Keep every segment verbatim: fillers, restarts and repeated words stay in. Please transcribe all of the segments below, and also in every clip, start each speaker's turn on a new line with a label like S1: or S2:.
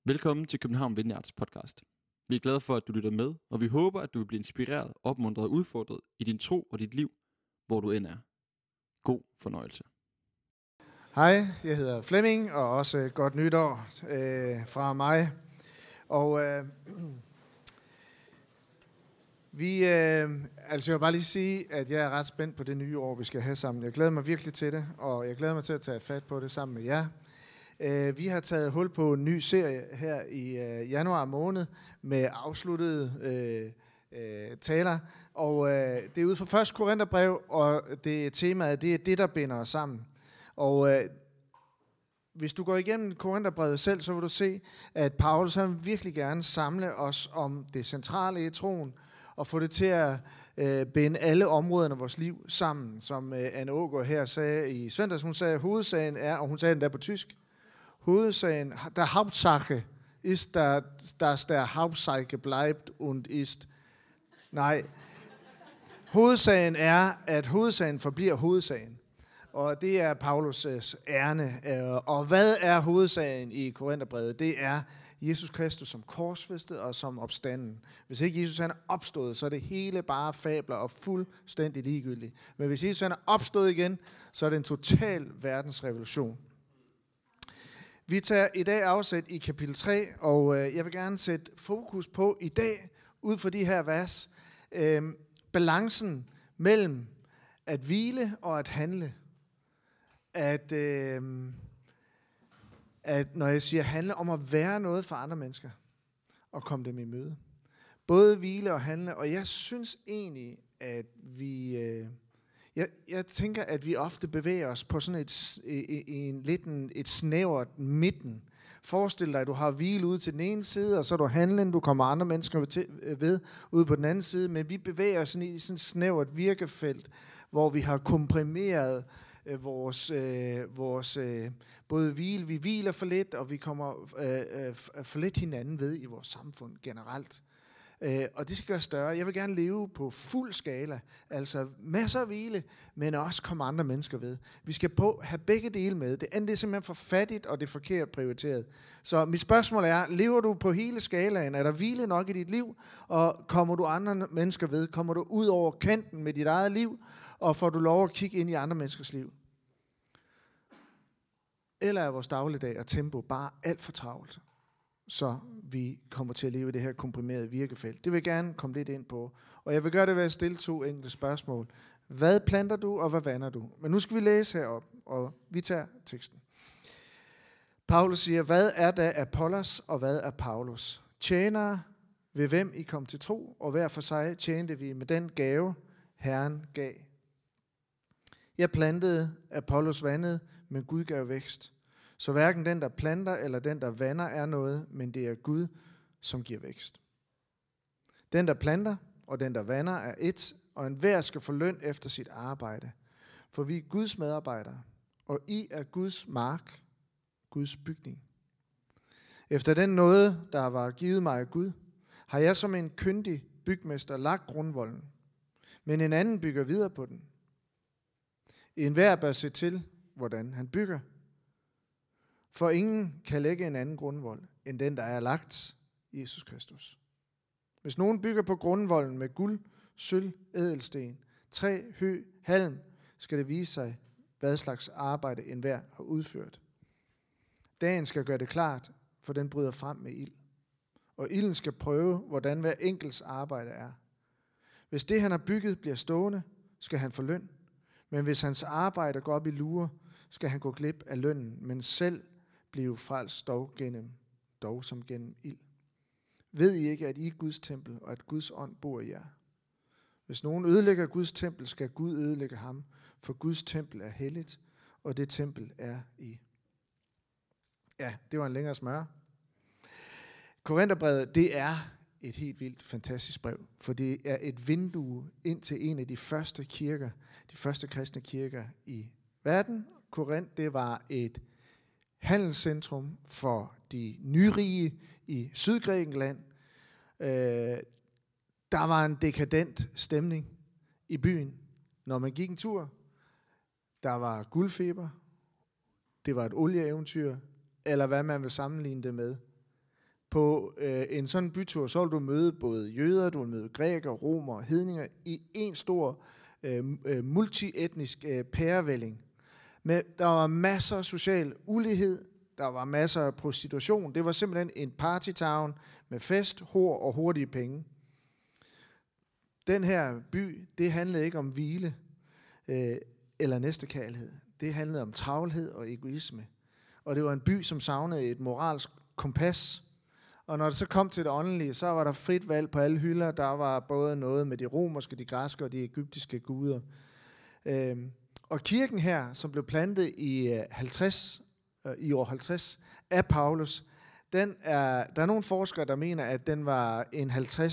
S1: Velkommen til København Vineyards podcast. Vi er glade for, at du lytter med, og vi håber, at du vil blive inspireret, opmuntret og udfordret i din tro og dit liv, hvor du end er. God fornøjelse.
S2: Hej, jeg hedder Flemming, og også godt nytår øh, fra mig. Og øh, vi, øh, altså jeg vil bare lige sige, at jeg er ret spændt på det nye år, vi skal have sammen. Jeg glæder mig virkelig til det, og jeg glæder mig til at tage fat på det sammen med jer. Uh, vi har taget hul på en ny serie her i uh, januar måned med afsluttede uh, uh, taler, og uh, det er ude fra første Korintherbrev, og det temaet, det er det, der binder os sammen. Og uh, hvis du går igennem Korintherbrevet selv, så vil du se, at Paulus han virkelig gerne samle os om det centrale i troen, og få det til at uh, binde alle områderne af vores liv sammen. Som uh, Anne Aagaard her sagde i søndags, hun sagde, hovedsagen er, og hun sagde den der på tysk, Hovedsagen, der Hauptsache ist, dass der Hauptsache bleibt und ist. Nej. Hovedsagen er, at hovedsagen forbliver hovedsagen. Og det er Paulus' ærne. Og hvad er hovedsagen i Korintherbrevet? Det er Jesus Kristus som korsfæstet og som opstanden. Hvis ikke Jesus han er opstået, så er det hele bare fabler og fuldstændig ligegyldigt. Men hvis Jesus han er opstået igen, så er det en total verdensrevolution. Vi tager i dag afsæt i kapitel tre, og øh, jeg vil gerne sætte fokus på i dag, ud fra de her vers, øh, balancen mellem at hvile og at handle. At, øh, at når jeg siger handle, om at være noget for andre mennesker, og komme dem i møde. Både hvile og handle, og jeg synes egentlig, at vi... Øh, Jeg, jeg tænker, at vi ofte bevæger os på sådan et, i, i en, lidt en, et snævert midten. Forestil dig, at du har hvile ude til den ene side, og så er du handlen, du kommer andre mennesker til, ved ude på den anden side. Men vi bevæger os sådan i sådan et snævert virkefelt, hvor vi har komprimeret øh, vores, øh, vores øh, både hvile. Vi hviler for lidt, og vi kommer øh, øh, for lidt hinanden ved i vores samfund generelt. Uh, og det skal gøre større. Jeg vil gerne leve på fuld skala, altså masser af hvile, men også komme andre mennesker ved. Vi skal på, have begge dele med. Det andet er simpelthen for fattigt, og det er forkert prioriteret. Så mit spørgsmål er, lever du på hele skalaen? Er der hvile nok i dit liv? Og kommer du andre mennesker ved? Kommer du ud over kanten med dit eget liv? Og får du lov at kigge ind i andre menneskers liv? Eller er vores dagligdag og tempo bare alt for travlt, så vi kommer til at leve i det her komprimerede virkefelt? Det vil jeg gerne komme lidt ind på. Og jeg vil gøre det ved at stille to enkelte spørgsmål. Hvad planter du, og hvad vander du? Men nu skal vi læse herop, og vi tager teksten. Paulus siger, hvad er da Apollos, og hvad er Paulus? Tjenere, ved hvem I kom til tro, og hver for sig tjente vi med den gave, Herren gav. Jeg plantede, Apollos vandede, men Gud gav vækst. Så hverken den, der planter, eller den, der vander, er noget, men det er Gud, som giver vækst. Den, der planter, og den, der vander, er ét, og enhver skal få løn efter sit arbejde. For vi er Guds medarbejdere, og I er Guds mark, Guds bygning. Efter den nåde, der var givet mig af Gud, har jeg som en kyndig bygmester lagt grundvolden, men en anden bygger videre på den. Enhver bør se til, hvordan han bygger. For ingen kan lægge en anden grundvold, end den, der er lagt, Jesus Kristus. Hvis nogen bygger på grundvolden med guld, sølv, ædelsten, træ, hø, halm, skal det vise sig, hvad slags arbejde enhver har udført. Dagen skal gøre det klart, for den bryder frem med ild. Og ilden skal prøve, hvordan hver enkelts arbejde er. Hvis det, han har bygget, bliver stående, skal han få løn. Men hvis hans arbejde går op i lure, skal han gå glip af lønnen, men selv blive frelst dog gennem, dog som gennem ild. Ved I ikke, at I er Guds tempel, og at Guds ånd bor i jer? Hvis nogen ødelægger Guds tempel, skal Gud ødelægge ham, for Guds tempel er helligt, og det tempel er I. Ja, det var en længere smør. Korintherbrevet, det er et helt vildt fantastisk brev, for det er et vindue ind til en af de første kirker, de første kristne kirker i verden. Korinth, det var et handelscentrum for de nyrige i Sydgrækenland. Øh, der var en dekadent stemning i byen. Når man gik en tur, der var guldfeber, det var et olieeventyr, eller hvad man vil sammenligne det med. på øh, en sådan bytur, så vil du møde både jøder, du vil møde grækere, romer og hedninger i en stor øh, multietnisk øh, pærevælling. Men der var masser af social ulighed, der var masser af prostitution. Det var simpelthen en partytown med fest, hår og hurtige penge. Den her by, det handlede ikke om hvile øh, eller næstekærlighed. Det handlede om travlhed og egoisme. Og det var en by, som savnede et moralsk kompas. Og når det så kom til det åndelige, så var der frit valg på alle hylder. Der var både noget med de romerske, de græske og de egyptiske guder. Øhm, og kirken her, som blev plantet i, halvtreds, øh, i år halvtreds af Paulus, den er, der er nogle forskere, der mener, at den var en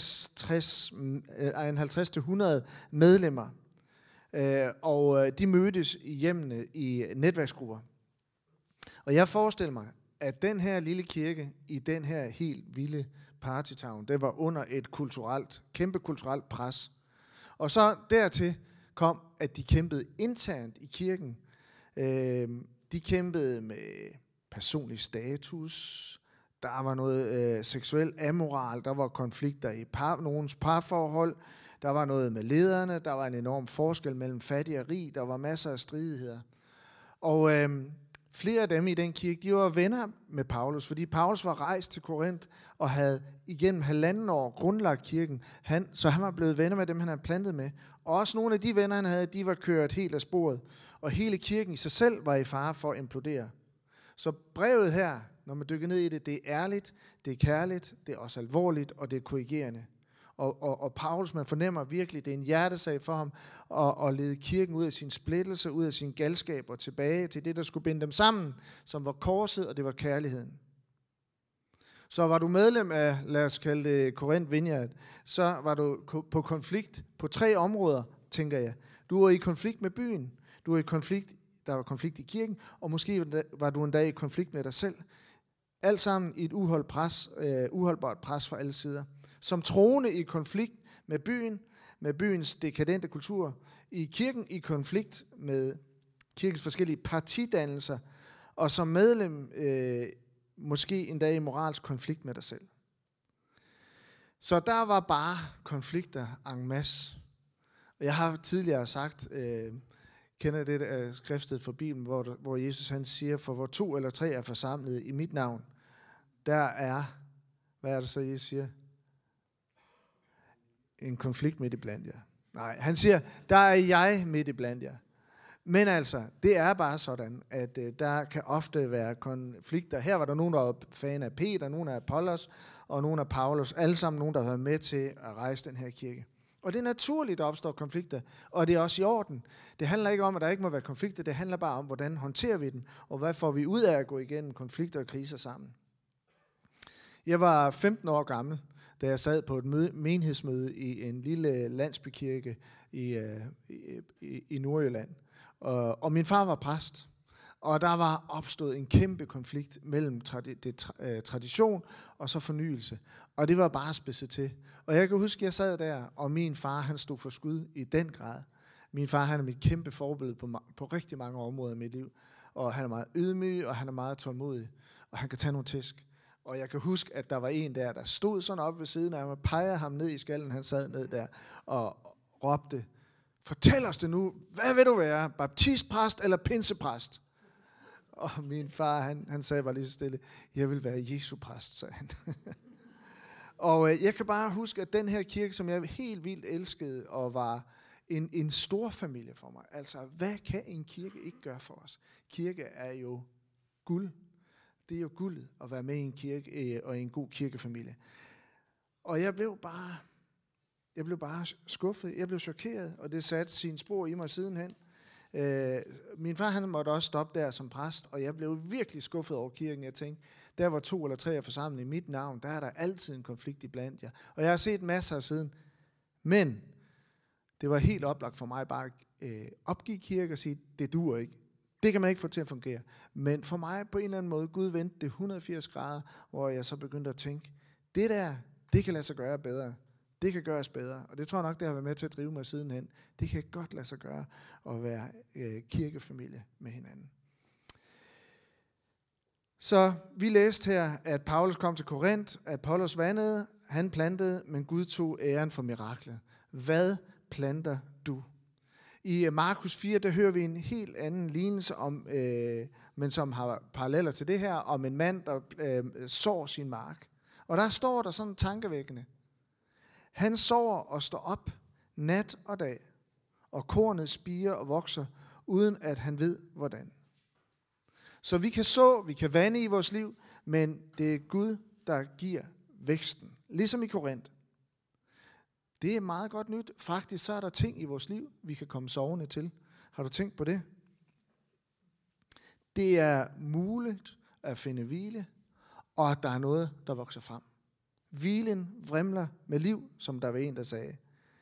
S2: halvtreds til hundrede medlemmer. Øh, og de mødtes i hjemmene i netværksgrupper. Og jeg forestiller mig, at den her lille kirke i den her helt vilde partytown, det var under et kulturelt, kæmpe kulturelt pres. Og så dertil kom, at de kæmpede internt i kirken. Øh, de kæmpede med personlig status. Der var noget øh, seksuel amoral. Der var konflikter i par, nogens parforhold. Der var noget med lederne. Der var en enorm forskel mellem fattig og rig. Der var masser af stridigheder. Og øh, flere af dem i den kirke, de var venner med Paulus, fordi Paulus var rejst til Korinth og havde igennem halvanden år grundlagt kirken. Han, så han var blevet venner med dem, han havde plantet med. Og også nogle af de venner, han havde, de var kørt helt af sporet. Og hele kirken i sig selv var i fare for at implodere. Så brevet her, når man dykker ned i det, det er ærligt, det er kærligt, det er også alvorligt, og det er korrigerende. Og, og, og Paulus, man fornemmer virkelig, det er en hjertesag for ham at, at lede kirken ud af sin splittelse, ud af sin galskab og tilbage til det, der skulle binde dem sammen, som var korset, og det var kærligheden. Så var du medlem af, lad os kalde det Korinth Vineyard, så var du på konflikt på tre områder, tænker jeg. Du var i konflikt med byen, du var i konflikt, der var konflikt i kirken, og måske var du endda i konflikt med dig selv. Alt sammen i et uhold pres, øh, uholdbart pres fra alle sider. Som troende i konflikt med byen, med byens dekadente kultur, i kirken i konflikt med kirkens forskellige partidannelser, og som medlem øh, måske endda i moralsk konflikt med dig selv. Så der var bare konflikter en masse. Og jeg har tidligere sagt, øh, kender det af skriftet fra Bibelen, hvor, der, hvor Jesus han siger, for hvor to eller tre er forsamlet i mit navn, der er, hvad er det så, Jesus siger? En konflikt midt i blandt jer. Nej, han siger, der er jeg midt i blandt jer. Men altså, det er bare sådan, at uh, der kan ofte være konflikter. Her var der nogen, der var fan af Peter, nogen af Apollos, og nogen af Paulus. Alle sammen nogen, der har været med til at rejse den her kirke. Og det er naturligt, at der opstår konflikter, og det er også i orden. Det handler ikke om, at der ikke må være konflikter, det handler bare om, hvordan håndterer vi den, og hvad får vi ud af at gå igennem konflikter og kriser sammen. Jeg var femten år gammel, da jeg sad på et møde, menighedsmøde i en lille landsbykirke i, uh, i, i Nordjylland. Og, og min far var præst, og der var opstået en kæmpe konflikt mellem tradi- det, tra- tradition og så fornyelse. Og det var bare spidset til. Og jeg kan huske, at jeg sad der, og min far han stod for skud i den grad. Min far han er mit kæmpe forbillede på, på rigtig mange områder i mit liv. Og han er meget ydmyg, og han er meget tålmodig. Og han kan tage nogle tæsk. Og jeg kan huske, at der var en der, der stod sådan op ved siden af mig, pegede ham ned i skallen, han sad ned der, og råbte, fortæl os det nu, hvad vil du være, baptistpræst eller pinsepræst? Og min far, han, han sagde bare lige så stille, jeg vil være Jesu præst, sagde han. Og øh, jeg kan bare huske, at den her kirke, som jeg helt vildt elskede, og var en, en stor familie for mig. Altså, hvad kan en kirke ikke gøre for os? Kirke er jo guld. Det er jo guldet at være med i en kirke, øh, og i en god kirkefamilie. Og jeg blev bare, jeg blev bare skuffet, jeg blev chokeret, og det satte sine spor i mig sidenhen. Øh, min far han måtte også stoppe der som præst, og jeg blev virkelig skuffet over kirken. Jeg tænkte, der var to eller tre er forsamlet i mit navn, der er der altid en konflikt iblandt jer. Og jeg har set masser af siden. Men det var helt oplagt for mig bare at øh, opgive kirke og sige, det duer ikke. Det kan man ikke få til at fungere. Men for mig på en eller anden måde, Gud vendte det et hundrede og firs grader, hvor jeg så begyndte at tænke, det der, det kan lade sig gøre bedre. Det kan gøres bedre, og det tror jeg nok, det har været med til at drive mig sidenhen. Det kan godt lade sig gøre at være øh, kirkefamilie med hinanden. Så vi læste her, at Paulus kom til Korinth, Apollos vandede, han plantede, men Gud tog æren for miraklet. Hvad planter du? I Markus fire, der hører vi en helt anden lignelse om, øh, men som har paralleller til det her, om en mand, der øh, sår sin mark. Og der står der sådan tankevækkende. Han sover og står op nat og dag, og kornet spirer og vokser, uden at han ved, hvordan. Så vi kan så, vi kan vande i vores liv, men det er Gud, der giver væksten. Ligesom i Korinth. Det er meget godt nyt. Faktisk så er der ting i vores liv, vi kan komme sovende til. Har du tænkt på det? Det er muligt at finde hvile, og at der er noget, der vokser frem. Hvilen vrimler med liv, som der var en, der sagde.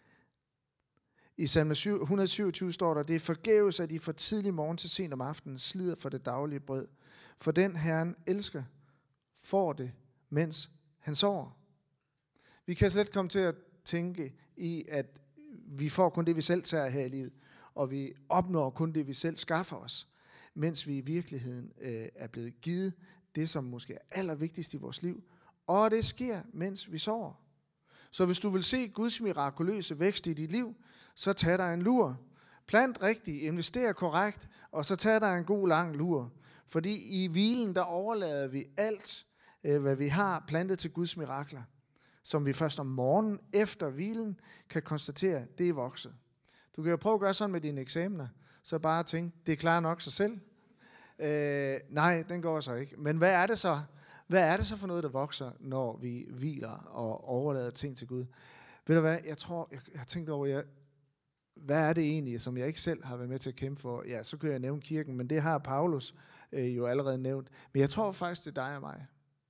S2: I salme et hundrede syvogtyve står der, det er forgæves, at I fra tidlig morgen til sent om aftenen slider for det daglige brød. For den Herren elsker, får det, mens han sover. Vi kan slet komme til at tænke i, at vi får kun det, vi selv tager her i livet, og vi opnår kun det, vi selv skaffer os, mens vi i virkeligheden øh, er blevet givet det, som måske er allervigtigst i vores liv, og det sker, mens vi sover. Så hvis du vil se Guds mirakuløse vækst i dit liv, så tag dig en lur. Plant rigtigt, invester korrekt, og så tag dig en god lang lur. Fordi i hvilen, der overlader vi alt, øh, hvad vi har plantet til Guds mirakler, som vi først om morgenen efter hvilen kan konstatere, det er vokset. Du kan jo prøve at gøre sådan med dine eksamener, så bare tænk, det klarer nok sig selv. Øh, nej, den går så ikke. Men hvad er det så? Hvad er det så for noget, der vokser, når vi hviler og overlader ting til Gud? Ved du hvad, jeg tror, jeg, jeg har tænkt over, jeg, hvad er det egentlig, som jeg ikke selv har været med til at kæmpe for? Ja, så kan jeg nævne kirken, men det har Paulus øh, jo allerede nævnt. Men jeg tror faktisk, det er dig og mig.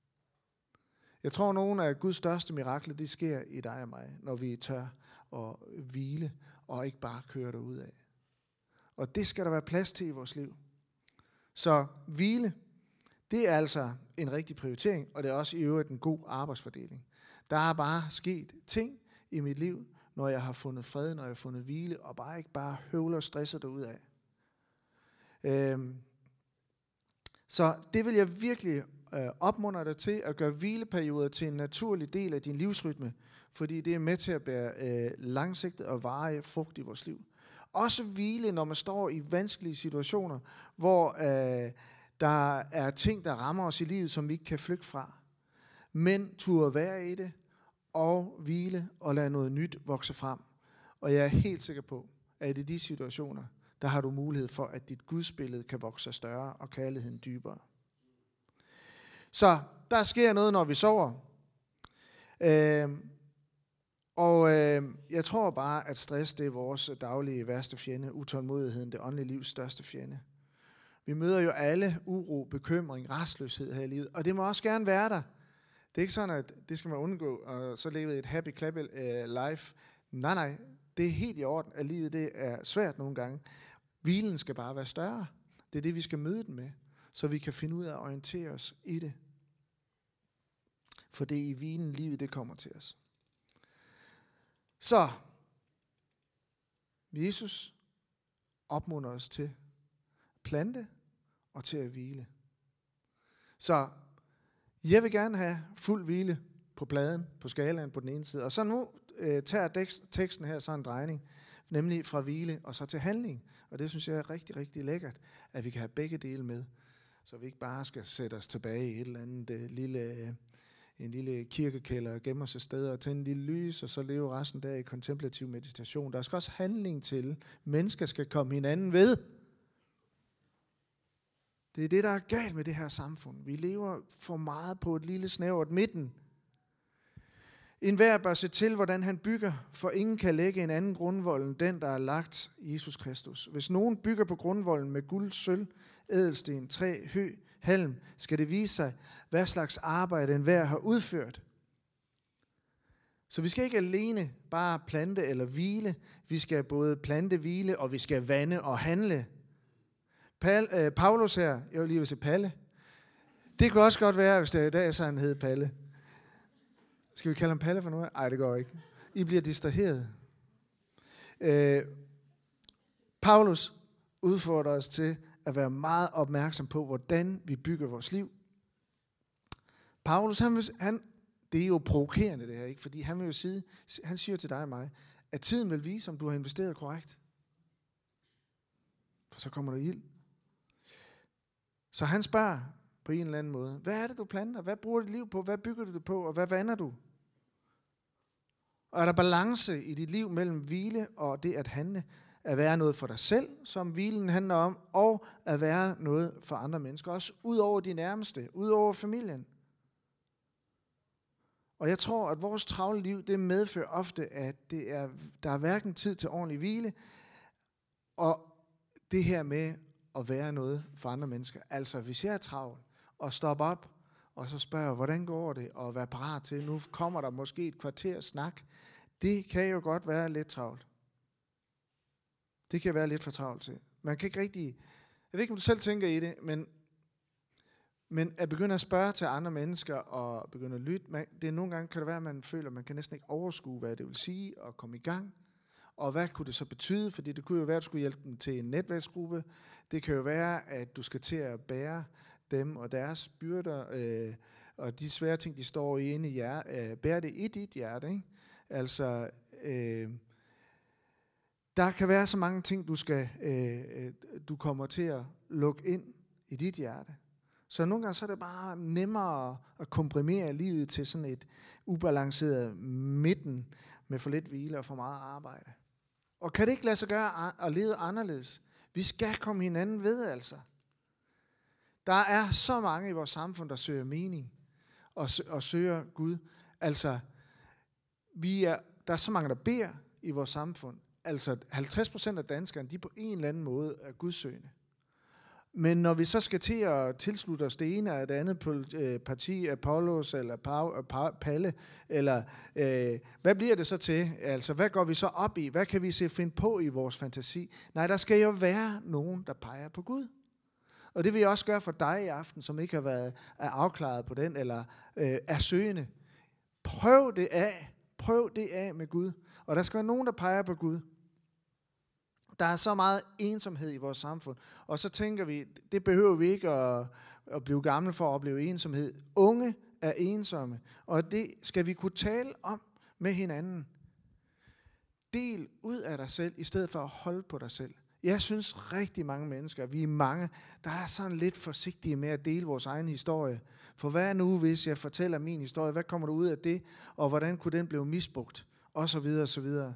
S2: Jeg tror, nogle af Guds største mirakler, de sker i dig og mig, når vi tør at hvile og ikke bare køre derud af. Og det skal der være plads til i vores liv. Så hvile, det er altså en rigtig prioritering, og det er også i øvrigt en god arbejdsfordeling. Der er bare sket ting i mit liv, når jeg har fundet fred, når jeg har fundet hvile, og bare ikke bare høvler og stresser derud af. Øhm. Så det vil jeg virkelig øh, opmuntre dig til, at gøre hvileperioder til en naturlig del af din livsrytme, fordi det er med til at bære øh, langsigtet og varig frugt i vores liv. Også hvile, når man står i vanskelige situationer, hvor øh, der er ting, der rammer os i livet, som vi ikke kan flygte fra. Men turde være i det, og hvile, og lade noget nyt vokse frem. Og jeg er helt sikker på, at i de situationer, der har du mulighed for, at dit gudsbillede kan vokse større, og kærligheden dybere. Så der sker noget, når vi sover. Øh, og øh, jeg tror bare, at stress, det er vores daglige værste fjende. Utålmodigheden, det åndelige livs største fjende. Vi møder jo alle uro, bekymring, rastløshed her i livet, og det må også gerne være der. Det er ikke sådan, at det skal man undgå, og så leve et happy, clappy uh, life. Nej, nej, det er helt i orden, at livet det er svært nogle gange. Hvilen skal bare være større. Det er det, vi skal møde den med, så vi kan finde ud af at orientere os i det. For det er i hvilen, livet det kommer til os. Så, Jesus opmuntrer os til plante og til at hvile. Så jeg vil gerne have fuld hvile på pladen, på skalaen på den ene side. Og så nu øh, tager teksten her så en drejning, nemlig fra hvile og så til handling. Og det synes jeg er rigtig, rigtig lækkert, at vi kan have begge dele med. Så vi ikke bare skal sætte os tilbage i et eller andet øh, lille, øh, en lille kirkekælder, gemme os et sted og tænde en lille lys, og så leve resten der i kontemplativ meditation. Der skal også handling til. Mennesker skal komme hinanden ved. Det er det, der er galt med det her samfund. Vi lever for meget på et lille snævert midten. Enhver bør se til, hvordan han bygger, for ingen kan lægge en anden grundvold end den, der er lagt Jesus Kristus. Hvis nogen bygger på grundvolden med guld, sølv, ædelsten, træ, hø, halm, skal det vise sig, hvad slags arbejde enhver har udført. Så vi skal ikke alene bare plante eller hvile. Vi skal både plante, hvile, og vi skal vande og handle. Paulus her, jeg vil lige vil se Palle. Det kunne også godt være, hvis det er i dag, så han hed Palle. Skal vi kalde ham Palle for nu? Nej, det går ikke. I bliver distraheret. Øh, Paulus udfordrer os til at være meget opmærksom på, hvordan vi bygger vores liv. Paulus, han, vil, han, det er jo provokerende det her, ikke? Fordi han vil jo sige, han siger til dig og mig, at tiden vil vise, om du har investeret korrekt. For så kommer der ild. Så han spørger på en eller anden måde, hvad er det, du planter? Hvad bruger dit liv på? Hvad bygger du det på? Og hvad vander du? Og er der balance i dit liv mellem hvile og det at handle? At være noget for dig selv, som hvilen handler om, og at være noget for andre mennesker. Også ud over de nærmeste, ud over familien. Og jeg tror, at vores travle liv, det medfører ofte, at det er, der er hverken tid til ordentlig hvile, og det her med at være noget for andre mennesker. Altså, hvis jeg er travl, og stopper op, og så spørger, hvordan går det, og være parat til, nu kommer der måske et kvarter snak, det kan jo godt være lidt travlt. Det kan være lidt for travlt til. Man kan ikke rigtig, jeg ved ikke, om du selv tænker i det, men, men at begynde at spørge til andre mennesker, og begynde at lytte, man, det er nogle gange, kan det være, at man føler, at man kan næsten ikke overskue, hvad det vil sige, at komme i gang. Og hvad kunne det så betyde? Fordi det kunne jo være, at du skulle hjælpe dem til en netværksgruppe. Det kan jo være, at du skal til at bære dem og deres byrder, øh, og de svære ting, de står i inde i jer, øh, bære det i dit hjerte, ikke? Altså, øh, der kan være så mange ting, du skal, øh, du kommer til at lukke ind i dit hjerte. Så nogle gange så er det bare nemmere at komprimere livet til sådan et ubalanceret midten med for lidt hvile og for meget arbejde. Og kan det ikke lade sig gøre at leve anderledes? Vi skal komme hinanden ved, altså. Der er så mange i vores samfund, der søger mening og, sø- og søger Gud. Altså, vi er, der er så mange, der beder i vores samfund. Altså, halvtreds procent af danskerne, de på en eller anden måde er gudsøgende. Men når vi så skal til at tilslutte os det ene og det andet parti, Apollos eller Palle, eller øh, hvad bliver det så til? Altså, hvad går vi så op i? Hvad kan vi se finde på i vores fantasi? Nej, der skal jo være nogen, der peger på Gud. Og det vil jeg også gøre for dig i aften, som ikke har været er afklaret på den, eller øh, er søgende. Prøv det af. Prøv det af med Gud. Og der skal være nogen, der peger på Gud. Der er så meget ensomhed i vores samfund. Og så tænker vi, det behøver vi ikke at, at blive gamle for at opleve ensomhed. Unge er ensomme, og det skal vi kunne tale om med hinanden. Del ud af dig selv, i stedet for at holde på dig selv. Jeg synes rigtig mange mennesker, vi er mange, der er sådan lidt forsigtige med at dele vores egen historie. For hvad nu, hvis jeg fortæller min historie? Hvad kommer der ud af det? Og hvordan kunne den blive misbrugt? Og så videre, og så videre.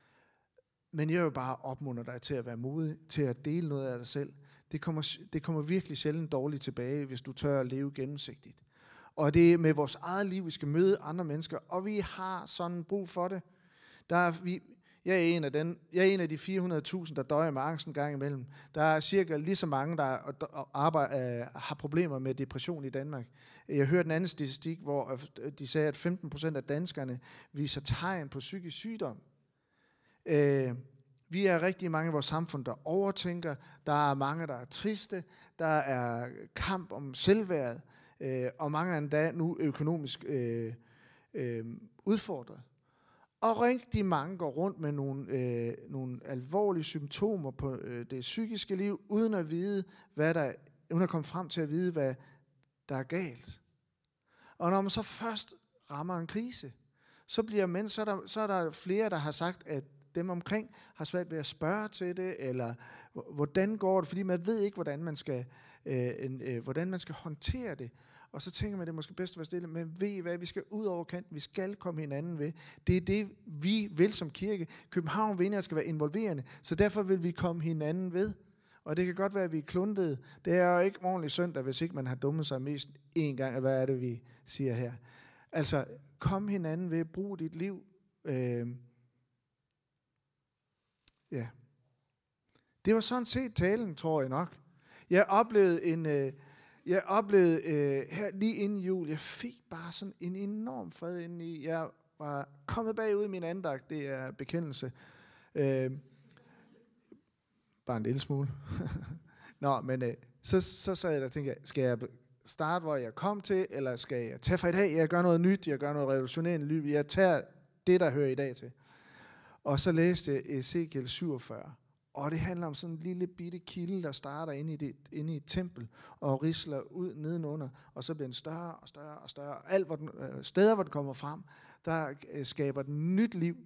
S2: Men jeg vil bare opmuntre dig til at være modig, til at dele noget af dig selv. Det kommer, det kommer virkelig sjældent dårligt tilbage, hvis du tør at leve gennemsigtigt. Og det er med vores eget liv, vi skal møde andre mennesker, og vi har sådan brug for det. Der er, vi, jeg, er en af den, jeg er en af de fire hundrede tusind, der døjer med angst en gang imellem. Der er cirka lige så mange, der arbejder, øh, har problemer med depression i Danmark. Jeg hørte en anden statistik, hvor de sagde, at femten procent af danskerne viser tegn på psykisk sygdom. Øh, vi er rigtig mange i vores samfund, der overtænker. Der er mange, der er triste. Der er kamp om selvværd. Øh, og mange er endda nu økonomisk øh, øh, udfordret. Og rigtig mange går rundt med nogle, øh, nogle alvorlige symptomer på øh, det psykiske liv, uden at vide, hvad der, uden at komme frem til at vide, hvad der er galt. Og når man så først rammer en krise, så bliver men, så er der, så er der flere, der har sagt, at dem omkring har svært ved at spørge til det, eller hvordan går det, fordi man ved ikke, hvordan man skal, øh, øh, hvordan man skal håndtere det. Og så tænker man, det er måske bedst at være stille, men ved I hvad, vi skal ud over kanten, vi skal komme hinanden ved. Det er det, vi vil som kirke. København Vineyard skal være involverende, så derfor vil vi komme hinanden ved. Og det kan godt være, at vi er kluntede. Det er jo ikke ordentligt søndag, hvis ikke man har dummet sig mest én gang, eller hvad er det, vi siger her. Altså, kom hinanden ved, brug dit liv. Øh, ja. Det var sådan set talen, tror jeg nok. Jeg oplevede en... Øh, Jeg oplevede øh, her lige inden jul, jeg fik bare sådan en enorm fred indeni. Jeg var kommet bagud i min andagt, det er bekendelse. Øh, bare en lille smule. Nå, men øh, så, så sad jeg der og tænkte, skal jeg starte, hvor jeg kom til, eller skal jeg tage fra i dag? Jeg gør noget nyt, jeg gør noget revolutionerende. Jeg tager det, der hører i dag til. Og så læste jeg Ezekiel syvogfyrre. Og det handler om sådan en lille bitte kilde, der starter inde i, det, inde i et tempel, og risler ud nedenunder, og så bliver den større og større og større. Alt hvor den, øh, steder, hvor den kommer frem, der øh, skaber den nyt liv.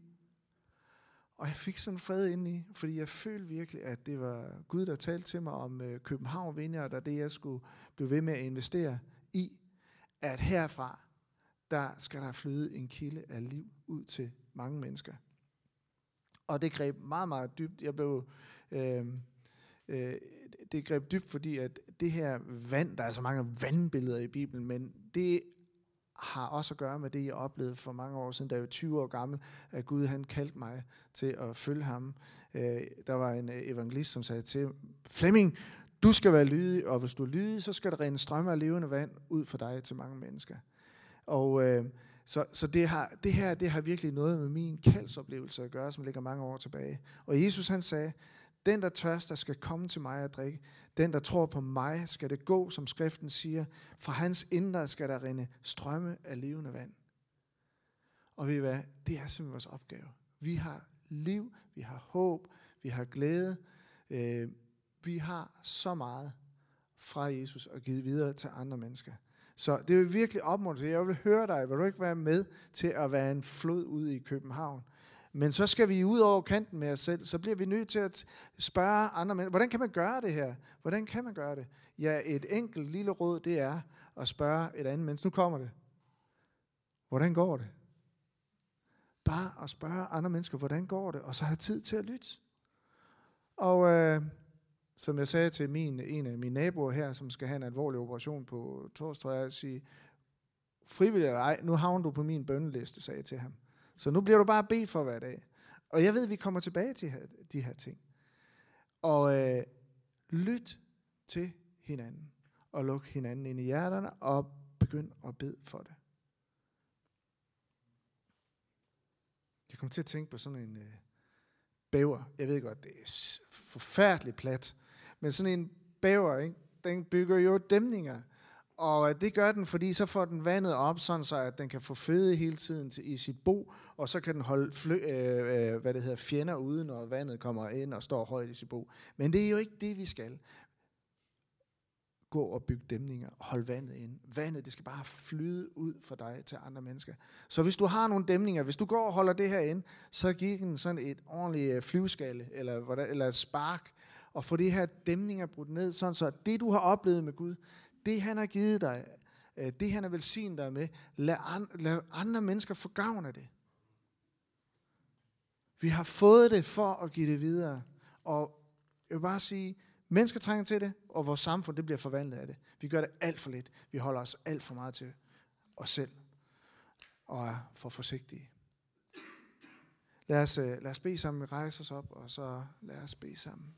S2: Og jeg fik sådan fred indeni, fordi jeg følte virkelig, at det var Gud, der talte til mig om øh, København Vineyard, og det jeg skulle blive ved med at investere i, at herfra, der skal der flyde en kilde af liv ud til mange mennesker. Og det greb meget, meget dybt. Jeg blev, øh, øh, det greb dybt, fordi at det her vand, der er så mange vandbilleder i Bibelen, men det har også at gøre med det, jeg oplevede for mange år siden, da jeg var tyve år gammel, at Gud han kaldte mig til at følge ham. Øh, der var en evangelist, som sagde til Flemming, du skal være lydig, og hvis du er lydig, så skal der rinde strømme af levende vand ud for dig til mange mennesker. Og øh, så, så det, har, det her, det har virkelig noget med min kaldsoplevelse at gøre, som ligger mange år tilbage. Og Jesus han sagde, den der tørster skal komme til mig og drikke. Den der tror på mig skal det gå, som skriften siger. Fra hans indre skal der rinde strømme af levende vand. Og ved I hvad? Det er simpelthen vores opgave. Vi har liv, vi har håb, vi har glæde. Øh, vi har så meget fra Jesus og givet videre til andre mennesker. Så det er jo virkelig opmuntrende. Jeg vil høre dig, vil du ikke være med til at være en flod ude i København? Men så skal vi ud over kanten med os selv, så bliver vi nødt til at spørge andre mennesker, hvordan kan man gøre det her? Hvordan kan man gøre det? Ja, et enkelt lille råd, det er at spørge et andet menneske. Nu kommer det. Hvordan går det? Bare at spørge andre mennesker, hvordan går det? Og så have tid til at lytte. Og øh, som jeg sagde til min, en af mine naboer her, som skal have en alvorlig operation på torsdag, jeg sige, frivillig eller ej, nu havner du på min bønneliste, sagde jeg til ham. Så nu bliver du bare bedt for hver dag. Og jeg ved, at vi kommer tilbage til her, de her ting. Og øh, lyt til hinanden. Og luk hinanden ind i hjerterne. Og begynd at bede for det. Jeg kom til at tænke på sådan en øh, bæver. Jeg ved godt, det er forfærdeligt plat. Men sådan en bæver, ikke? Den bygger jo dæmninger. Og det gør den, fordi så får den vandet op, sådan så at den kan få føde hele tiden til, i sit bo, og så kan den holde flø, øh, øh, hvad det hedder, fjender ude, når vandet kommer ind og står højt i sit bo. Men det er jo ikke det, vi skal. Gå og bygge dæmninger og holde vandet ind. Vandet, det skal bare flyde ud for dig til andre mennesker. Så hvis du har nogle dæmninger, hvis du går og holder det her ind, så giv den sådan et ordentligt flyveskalle, eller, eller et spark, og få de her dæmninger brudt ned, sådan så det, du har oplevet med Gud, det han har givet dig, det han har velsignet dig med, lad, an, lad andre mennesker få gavn af det. Vi har fået det for at give det videre. Og jeg vil bare sige, mennesker trænger til det, og vores samfund det bliver forvandlet af det. Vi gør det alt for lidt. Vi holder os alt for meget til os selv. Og er for forsigtige. Lad os, lad os bede sammen, vi rejser os op, og så lad os bede sammen.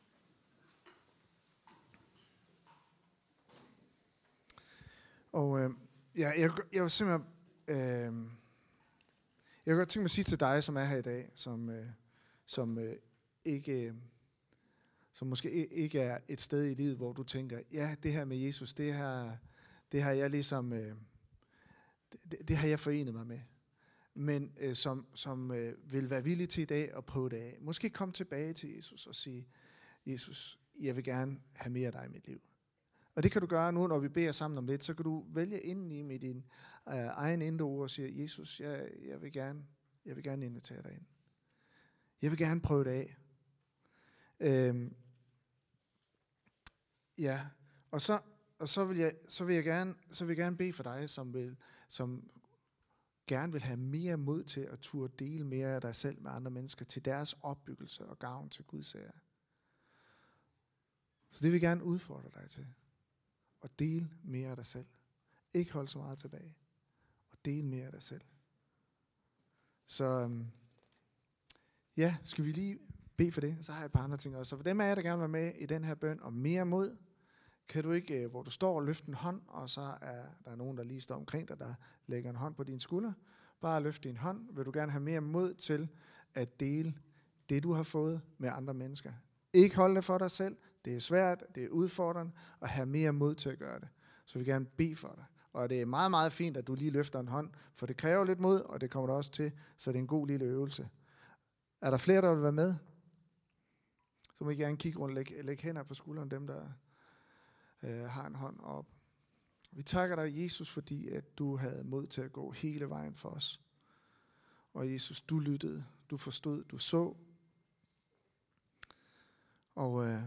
S2: Og øh, ja, jeg, jeg vil simpelthen, øh, jeg vil godt tænke mig at sige til dig, som er her i dag, som, øh, som øh, ikke, som måske ikke er et sted i livet, hvor du tænker, ja, det her med Jesus, det her, det har jeg ligesom, øh, det, det har jeg forenet mig med. Men øh, som, som øh, vil være villig til i dag at prøve det af. Måske komme tilbage til Jesus og sige, Jesus, jeg vil gerne have mere af dig i mit liv. Og det kan du gøre nu, når vi beder sammen om lidt, så kan du vælge indeni med din øh, egen indre ord og sige, Jesus, jeg, jeg, vil gerne, jeg vil gerne invitere dig ind. Jeg vil gerne prøve det af. Øhm, ja, og så og så vil jeg så vil jeg gerne så vil jeg gerne bede for dig, som vil som gerne vil have mere mod til at turde dele mere af dig selv med andre mennesker til deres opbyggelse og gavn til Guds ære. Så det vil jeg gerne udfordre dig til. Og dele mere af dig selv. Ikke holde så meget tilbage. Og dele mere af dig selv. Så øhm, ja, skal vi lige bede for det? Så har jeg et par andre ting også. Så for dem af jer, der gerne vil være med i den her bøn om mere mod, kan du ikke, hvor du står, løfte en hånd, og så er der nogen, der lige står omkring dig, der lægger en hånd på din skulder. Bare løft din hånd. Vil du gerne have mere mod til at dele det, du har fået med andre mennesker? Ikke holde det for dig selv. Det er svært, det er udfordrende, at have mere mod til at gøre det. Så vi vil gerne bede for dig. Og det er meget, meget fint, at du lige løfter en hånd, for det kræver lidt mod, og det kommer der også til, så det er en god lille øvelse. Er der flere, der vil være med? Så må I gerne kigge rundt og lægge, lægge hænder på skulderen, dem der øh, har en hånd op. Vi takker dig, Jesus, fordi at du havde mod til at gå hele vejen for os. Og Jesus, du lyttede, du forstod, du så. Og øh,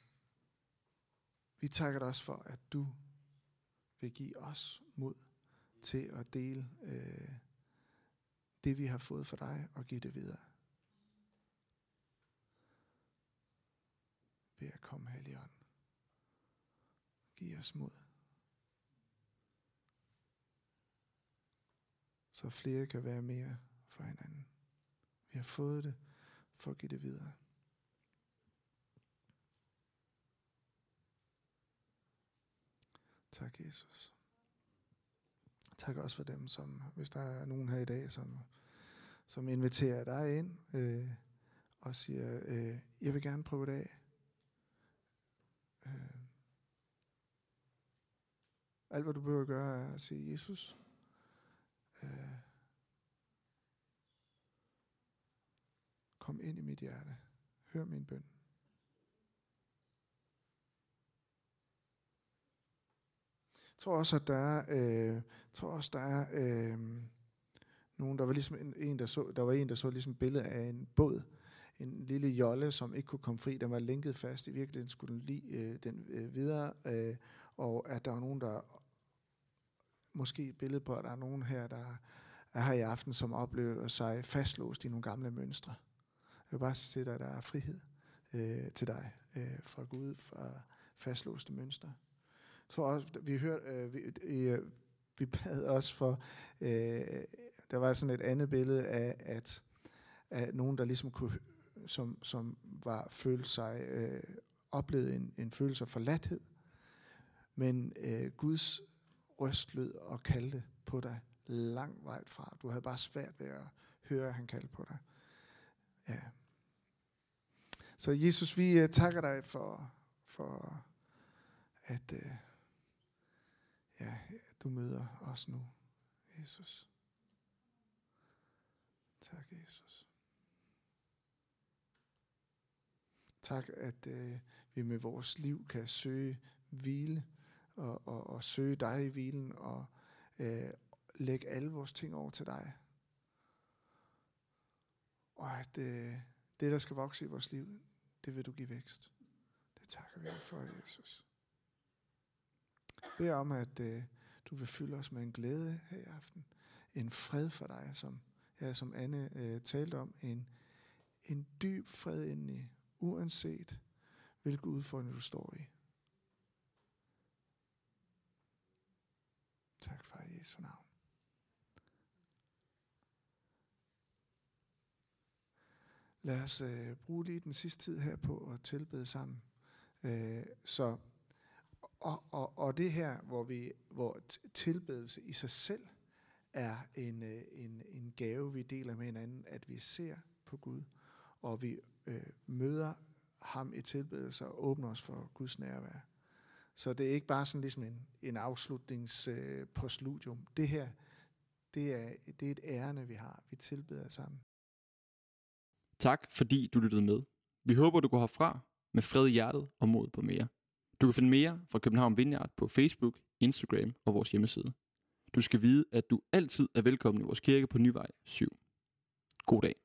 S2: vi takker dig også for, at du vil give os mod til at dele øh, det, vi har fået for dig, og give det videre. Ved at komme, Helligånd. Giv os mod. Så flere kan være mere for hinanden. Vi har fået det for at give det videre. Tak, Jesus. Tak også for dem, som, hvis der er nogen her i dag, som, som inviterer dig ind øh, og siger, øh, jeg vil gerne prøve det af. Øh, alt, hvad du behøver at gøre, er at sige, Jesus, øh, kom ind i mit hjerte. Hør min bøn. Jeg tror også, at der er, øh, tror også, der er øh, nogen, der var ligesom en, en, der så, der var en, der så ligesom et billede af en båd. En lille jolle, som ikke kunne komme fri. Den var lænket fast. I virkeligheden skulle den lige øh, den øh, videre. Øh, og at der var nogen, der måske et billede på, at der er nogen her, der er her i aften, som oplever sig fastlåst i nogle gamle mønstre. Jeg vil bare sige til dig, at der er frihed øh, til dig øh, fra Gud, fra fastlåste mønstre. Jeg tror også, vi hørte, øh, vi, øh, vi bad også for, øh, der var sådan et andet billede af, at, at nogen, der ligesom kunne, som, som var følte sig, øh, oplevede en, en følelse af forladthed, men øh, Guds røst lød og kaldte på dig lang vej fra. Du havde bare svært ved at høre, at han kaldte på dig. Ja. Så Jesus, vi uh, takker dig for, for at uh, ja, du møder os nu, Jesus. Tak, Jesus. Tak, at uh, vi med vores liv kan søge hvile og, og, og søge dig i hvilen og uh, lægge alle vores ting over til dig. Og at uh, det, der skal vokse i vores liv, det vil du give vækst. Det takker vi for, Jesus. Bed om, at uh, du vil fylde os med en glæde her i aften. En fred for dig, som, ja, som Anne uh, talte om. En, en dyb fred indeni, uanset hvilke udfordringer du står i. Tak for Jesu navn. Lad os øh, bruge lige den sidste tid her på at tilbede sammen. Øh, så, og, og, og det her, hvor, vi, hvor tilbedelse i sig selv er en, øh, en, en gave, vi deler med hinanden, at vi ser på Gud, og vi øh, møder ham i tilbedelse og åbner os for Guds nærvær. Så det er ikke bare sådan ligesom en, en afslutnings øh, postludium. Det her, det er, det er et ærende, vi har. Vi tilbeder sammen.
S1: Tak fordi du lyttede med. Vi håber, du går herfra med fred i hjertet og mod på mere. Du kan finde mere fra København Vineyard på Facebook, Instagram og vores hjemmeside. Du skal vide, at du altid er velkommen i vores kirke på Nyvej syv. God dag.